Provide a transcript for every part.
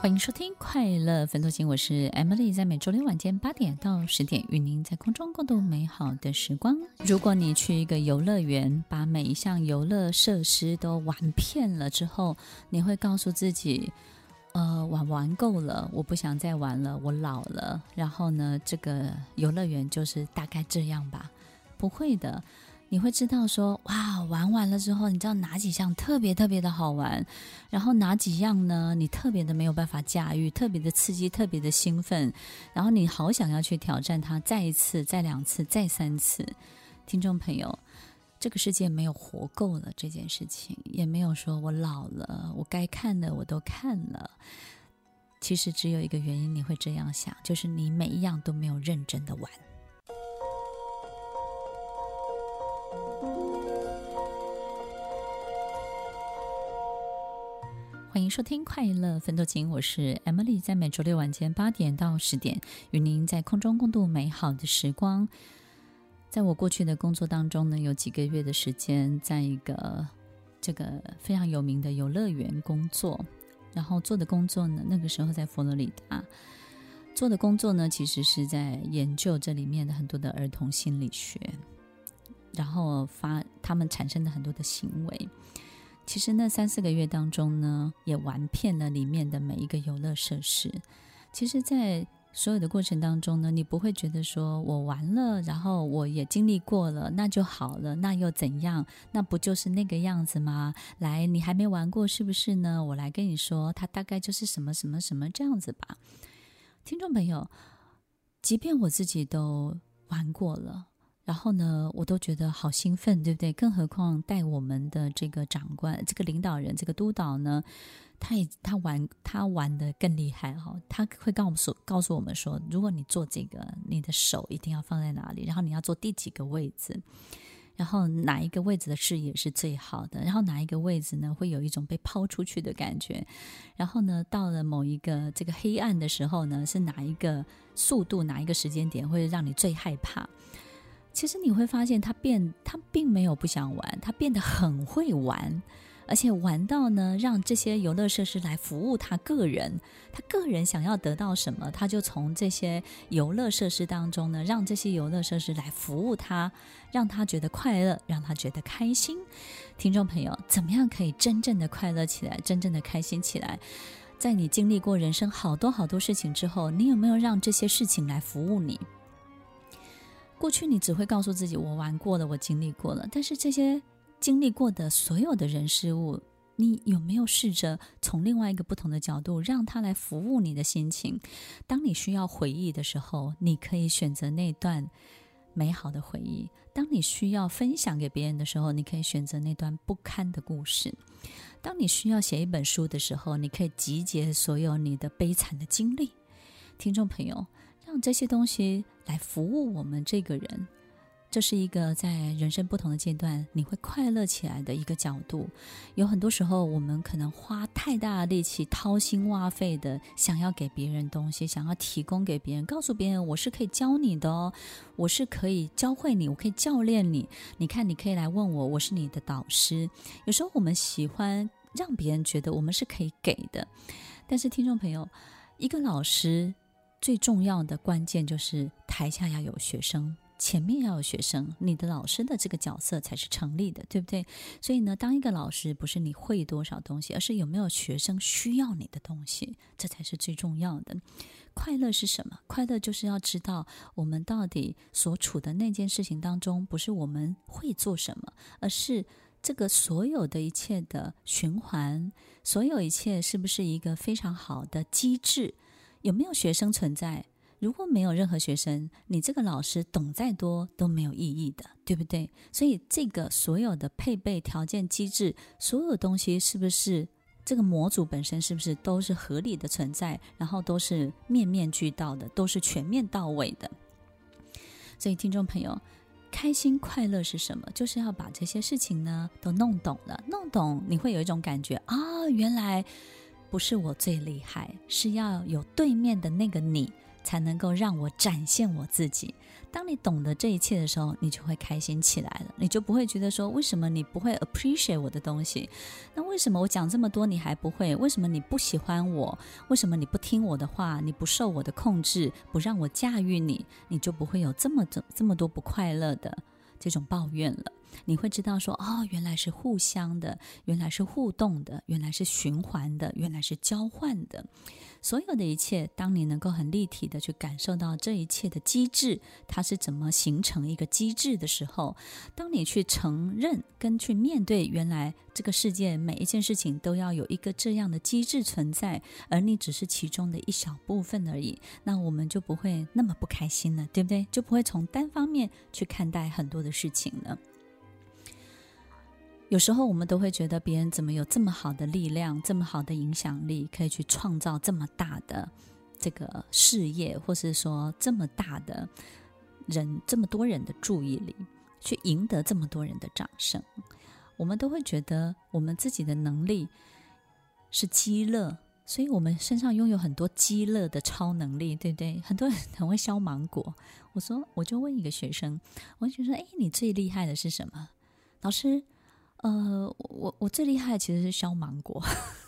欢迎收听快乐分多金，我是 Emily， 在每周六晚间8点到10点与您在空中共度美好的时光。如果你去一个游乐园，把每一项游乐设施都玩遍了之后，你会告诉自己我玩够了，我不想再玩了，我老了，然后呢这个游乐园就是大概这样吧。不会的，你会知道说，哇，玩完了之后，你知道哪几项特别特别的好玩，然后哪几样呢你特别的没有办法驾驭，特别的刺激，特别的兴奋，然后你好想要去挑战它，再一次，再两次，再三次。听众朋友，这个世界没有活够了这件事情，也没有说我老了，我该看的我都看了。其实只有一个原因你会这样想，就是你每一样都没有认真的玩。欢迎收听快乐分多金，我是 Emily， 在每周六晚间8点到10点与您在空中共度美好的时光。在我过去的工作当中呢，有几个月的时间在一个这个非常有名的游乐园工作，然后做的工作呢，那个时候在佛罗里达做的工作呢，其实是在研究这里面的很多的儿童心理学，然后他们产生的很多的行为。其实那3-4个月当中呢，也玩遍了里面的每一个游乐设施。其实在所有的过程当中呢，你不会觉得说我玩了，然后我也经历过了，那就好了，那又怎样？那不就是那个样子吗？来，你还没玩过是不是呢？我来跟你说，它大概就是什么什么什么这样子吧。听众朋友，即便我自己都玩过了，然后呢我都觉得好兴奋，对不对？更何况带我们的这个长官，这个领导人，这个督导呢，他玩得更厉害哦。他会告诉我们说，如果你做这个，你的手一定要放在哪里，然后你要做第几个位置，然后哪一个位置的视野是最好的，然后哪一个位置呢会有一种被抛出去的感觉，然后呢到了某一个这个黑暗的时候呢，是哪一个速度，哪一个时间点会让你最害怕。其实你会发现他并没有不想玩，他变得很会玩，而且玩到呢让这些游乐设施来服务他个人想要得到什么，他就从这些游乐设施当中呢，让这些游乐设施来服务他，让他觉得快乐，让他觉得开心。听众朋友，怎么样可以真正的快乐起来，真正的开心起来？在你经历过人生好多好多事情之后，你有没有让这些事情来服务你？过去你只会告诉自己我玩过了，我经历过了，但是这些经历过的所有的人事物，你有没有试着从另外一个不同的角度让它来服务你的心情？当你需要回忆的时候，你可以选择那段美好的回忆；当你需要分享给别人的时候，你可以选择那段不堪的故事；当你需要写一本书的时候，你可以集结所有你的悲惨的经历。听众朋友，让这些东西来服务我们这个人，这是一个在人生不同的阶段你会快乐起来的一个角度。有很多时候我们可能花太大的力气，掏心挖肺的想要给别人东西，想要提供给别人，告诉别人我是可以教你的哦，我是可以教会你，我可以教练你，你看你可以来问我，我是你的导师。有时候我们喜欢让别人觉得我们是可以给的，但是听众朋友，一个老师最重要的关键就是台下要有学生，前面要有学生，你的老师的这个角色才是成立的，对不对？所以呢，当一个老师不是你会多少东西，而是有没有学生需要你的东西，这才是最重要的。快乐是什么？快乐就是要知道我们到底所处的那件事情当中，不是我们会做什么，而是这个所有的一切的循环，所有一切是不是一个非常好的机制？有没有学生存在？如果没有任何学生，你这个老师懂再多都没有意义的，对不对？所以这个所有的配备条件机制，所有东西是不是这个模组本身是不是都是合理的存在，然后都是面面俱到的，都是全面到位的。所以听众朋友，开心快乐是什么？就是要把这些事情呢都弄懂了，弄懂你会有一种感觉啊，原来不是我最厉害，是要有对面的那个你才能够让我展现我自己。当你懂得这一切的时候，你就会开心起来了，你就不会觉得说为什么你不会 appreciate 我的东西，那为什么我讲这么多你还不会，为什么你不喜欢我，为什么你不听我的话，你不受我的控制，不让我驾驭你，你就不会有这么多不快乐的这种抱怨了。你会知道说，哦，原来是互相的，原来是互动的，原来是循环的，原来是交换的。所有的一切，当你能够很立体的去感受到这一切的机制，它是怎么形成一个机制的时候，当你去承认跟去面对原来这个世界每一件事情都要有一个这样的机制存在，而你只是其中的一小部分而已，那我们就不会那么不开心了，对不对？就不会从单方面去看待很多的事情了。有时候我们都会觉得别人怎么有这么好的力量，这么好的影响力，可以去创造这么大的这个事业，或是说这么大的人，这么多人的注意力，去赢得这么多人的掌声。我们都会觉得我们自己的能力是积乐，所以我们身上拥有很多积乐的超能力，对不对？很多人很会削芒果。我就问一个学生，我就说，你最厉害的是什么？老师，我最厉害的其实是削芒果。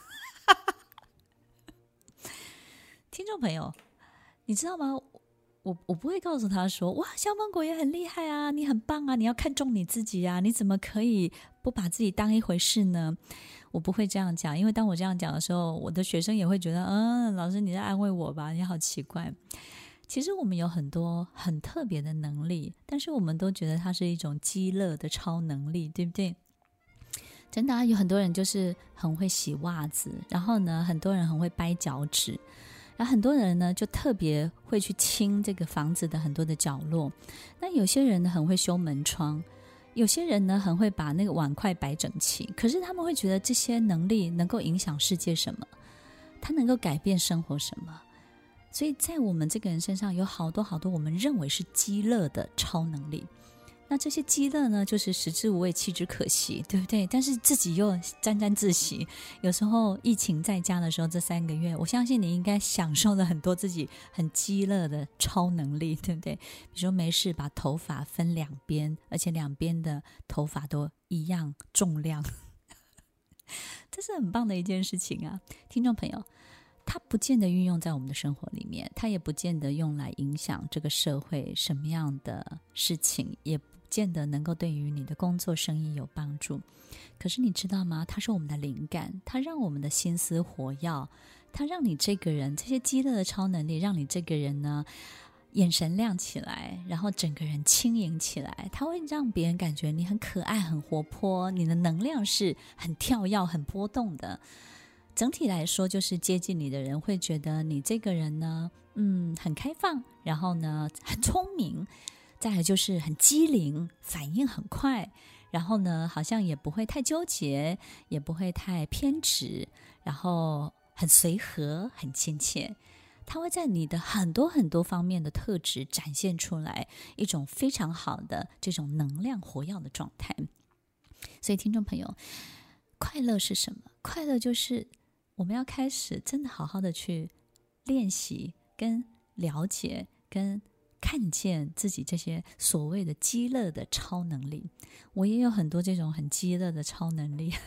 听众朋友，你知道吗？我不会告诉他说，哇，削芒果也很厉害啊，你很棒啊，你要看重你自己啊，你怎么可以不把自己当一回事呢？我不会这样讲，因为当我这样讲的时候，我的学生也会觉得，老师你在安慰我吧，你好奇怪。其实我们有很多很特别的能力，但是我们都觉得它是一种积乐的超能力，对不对？真的有很多人就是很会洗袜子，然后呢，很多人很会掰脚趾，然后很多人呢就特别会去清这个房子的很多的角落。那有些人呢很会修门窗，有些人呢很会把那个碗筷摆整齐。可是他们会觉得这些能力能够影响世界什么？它能够改变生活什么？所以在我们这个人身上有好多好多我们认为是积乐的超能力。那这些积乐呢，就是食之无味，弃之可惜，对不对？但是自己又沾沾自喜。有时候疫情在家的时候，这3个月，我相信你应该享受了很多自己很积乐的超能力，对不对？比如说没事把头发分2边，而且2边的头发都一样重量，这是很棒的一件事情啊，听众朋友。它不见得运用在我们的生活里面，它也不见得用来影响这个社会什么样的事情，也不见得能够对于你的工作生意有帮助。可是你知道吗？它是我们的灵感，它让我们的心思活跃，它让你这个人，这些积乐的超能力让你这个人呢眼神亮起来，然后整个人轻盈起来，它会让别人感觉你很可爱很活泼，你的能量是很跳跃很波动的。整体来说，就是接近你的人会觉得你这个人呢，很开放，然后呢很聪明，再来就是很机灵，反应很快，然后呢好像也不会太纠结，也不会太偏执，然后很随和，很亲切。它会在你的很多很多方面的特质展现出来一种非常好的这种能量活跃的状态。所以听众朋友，快乐是什么？快乐就是我们要开始真的好好的去练习跟了解跟看见自己这些所谓的积乐的超能力。我也有很多这种很积乐的超能力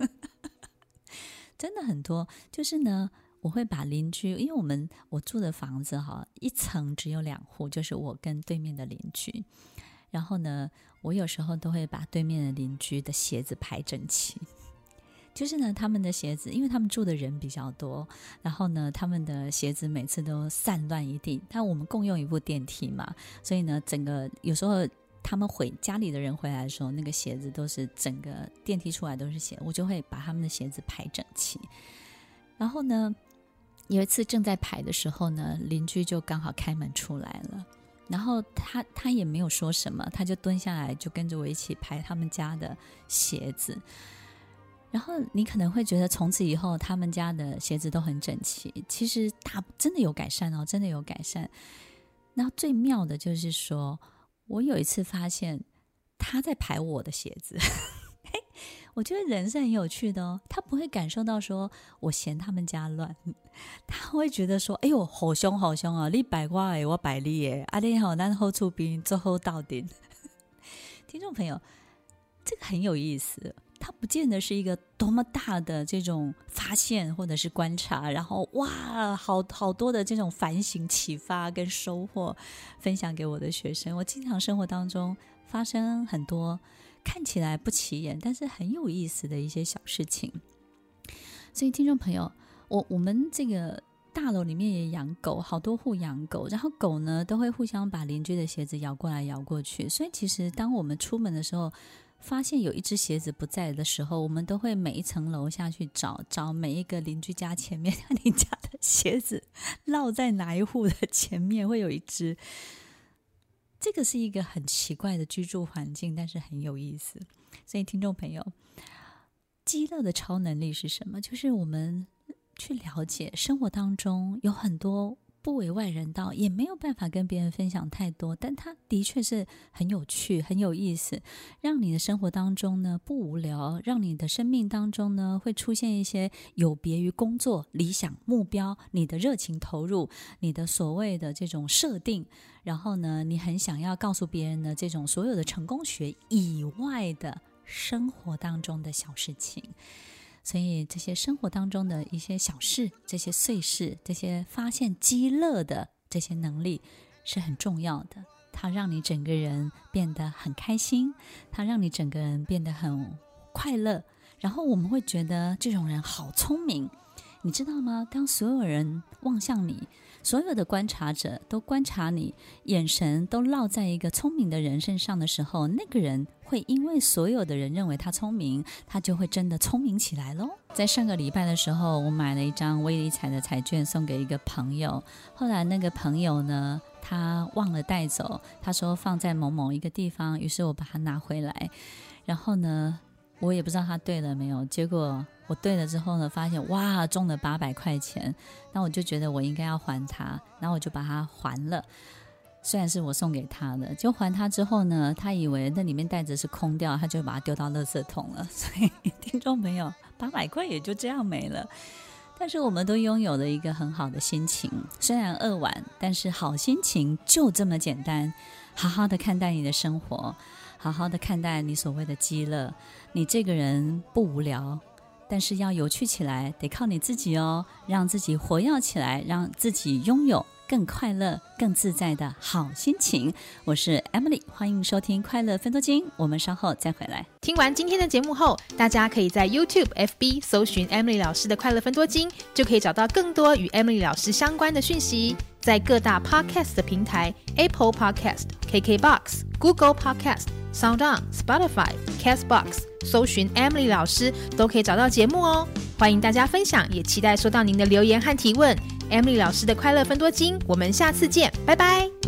真的很多。就是呢，我会把邻居，因为我住的房子一层只有2户，就是我跟对面的邻居。然后呢，我有时候都会把对面的邻居的鞋子排整齐。就是呢，他们的鞋子，因为他们住的人比较多，然后呢，他们的鞋子每次都散乱一地。但我们共用一部电梯嘛，所以呢，整个有时候他们家里的人回来的时候，那个鞋子都是整个电梯出来都是鞋，我就会把他们的鞋子排整齐。然后呢，有一次正在排的时候呢，邻居就刚好开门出来了。然后他也没有说什么，他就蹲下来就跟着我一起排他们家的鞋子。然后你可能会觉得从此以后他们家的鞋子都很整齐，其实真的有改善哦，真的有改善。然后最妙的就是说，我有一次发现他在排我的鞋子我觉得人是很有趣的哦，他不会感受到说我嫌他们家乱，他会觉得说，哎呦，好凶好凶啊！你摆我的，我摆你耶，啊你好，咱好处边做好到顶。听众朋友，这个很有意思，它不见得是一个多么大的这种发现或者是观察，然后哇，好多的这种反省、启发跟收获，分享给我的学生。我经常生活当中发生很多看起来不起眼，但是很有意思的一些小事情。所以听众朋友，我们这个大楼里面也养狗，好多户养狗，然后狗呢都会互相把邻居的鞋子咬过来咬过去，所以其实当我们出门的时候发现有一只鞋子不在的时候，我们都会每一层楼下去找每一个邻居家前面，看你家的鞋子落在哪一户的前面会有一只。这个是一个很奇怪的居住环境，但是很有意思。所以听众朋友，饥饿的超能力是什么？就是我们去了解生活当中有很多不为外人道，也没有办法跟别人分享太多，但它的确是很有趣很有意思，让你的生活当中呢不无聊，让你的生命当中呢会出现一些有别于工作理想目标你的热情投入，你的所谓的这种设定，然后呢你很想要告诉别人的这种所有的成功学以外的生活当中的小事情。所以这些生活当中的一些小事，这些碎事，这些发现积乐的这些能力是很重要的，它让你整个人变得很开心，它让你整个人变得很快乐，然后我们会觉得这种人好聪明。你知道吗？当所有人望向你，所有的观察者都观察你，眼神都落在一个聪明的人身上的时候，那个人会因为所有的人认为他聪明，他就会真的聪明起来咯。在上个礼拜的时候，我买了一张威力彩的彩券送给一个朋友，后来那个朋友呢，他忘了带走，他说放在某一个地方，于是我把它拿回来，然后呢我也不知道他对了没有，结果我对了之后呢，发现哇中了800块钱，那我就觉得我应该要还他，然后我就把它还了，虽然是我送给他的，就还他之后呢，他以为那里面袋子是空掉，他就把它丢到垃圾桶了。所以听众朋友，800块也就这样没了，但是我们都拥有了一个很好的心情，虽然扼腕，但是好心情就这么简单。好好的看待你的生活，好好的看待你所谓的饥乐，你这个人不无聊，但是要有趣起来得靠你自己哦，让自己活跃起来，让自己拥有更快乐更自在的好心情。我是 Emily， 欢迎收听快乐分多金，我们稍后再回来。 听完今天的节目后，大家可以在 YouTube、FB 搜寻 Emily 老师的快乐分多金，就可以找到更多与 Emily 老师相关的讯息。在各大 Podcast 的平台 Apple Podcast、KKBox、Google Podcast、SoundOn、Spotify、Castbox 搜寻 Emily 老师都可以找到节目哦。欢迎大家分享，也期待收到您的留言和提问。Emily 老师的快乐分多金，我们下次见，拜拜。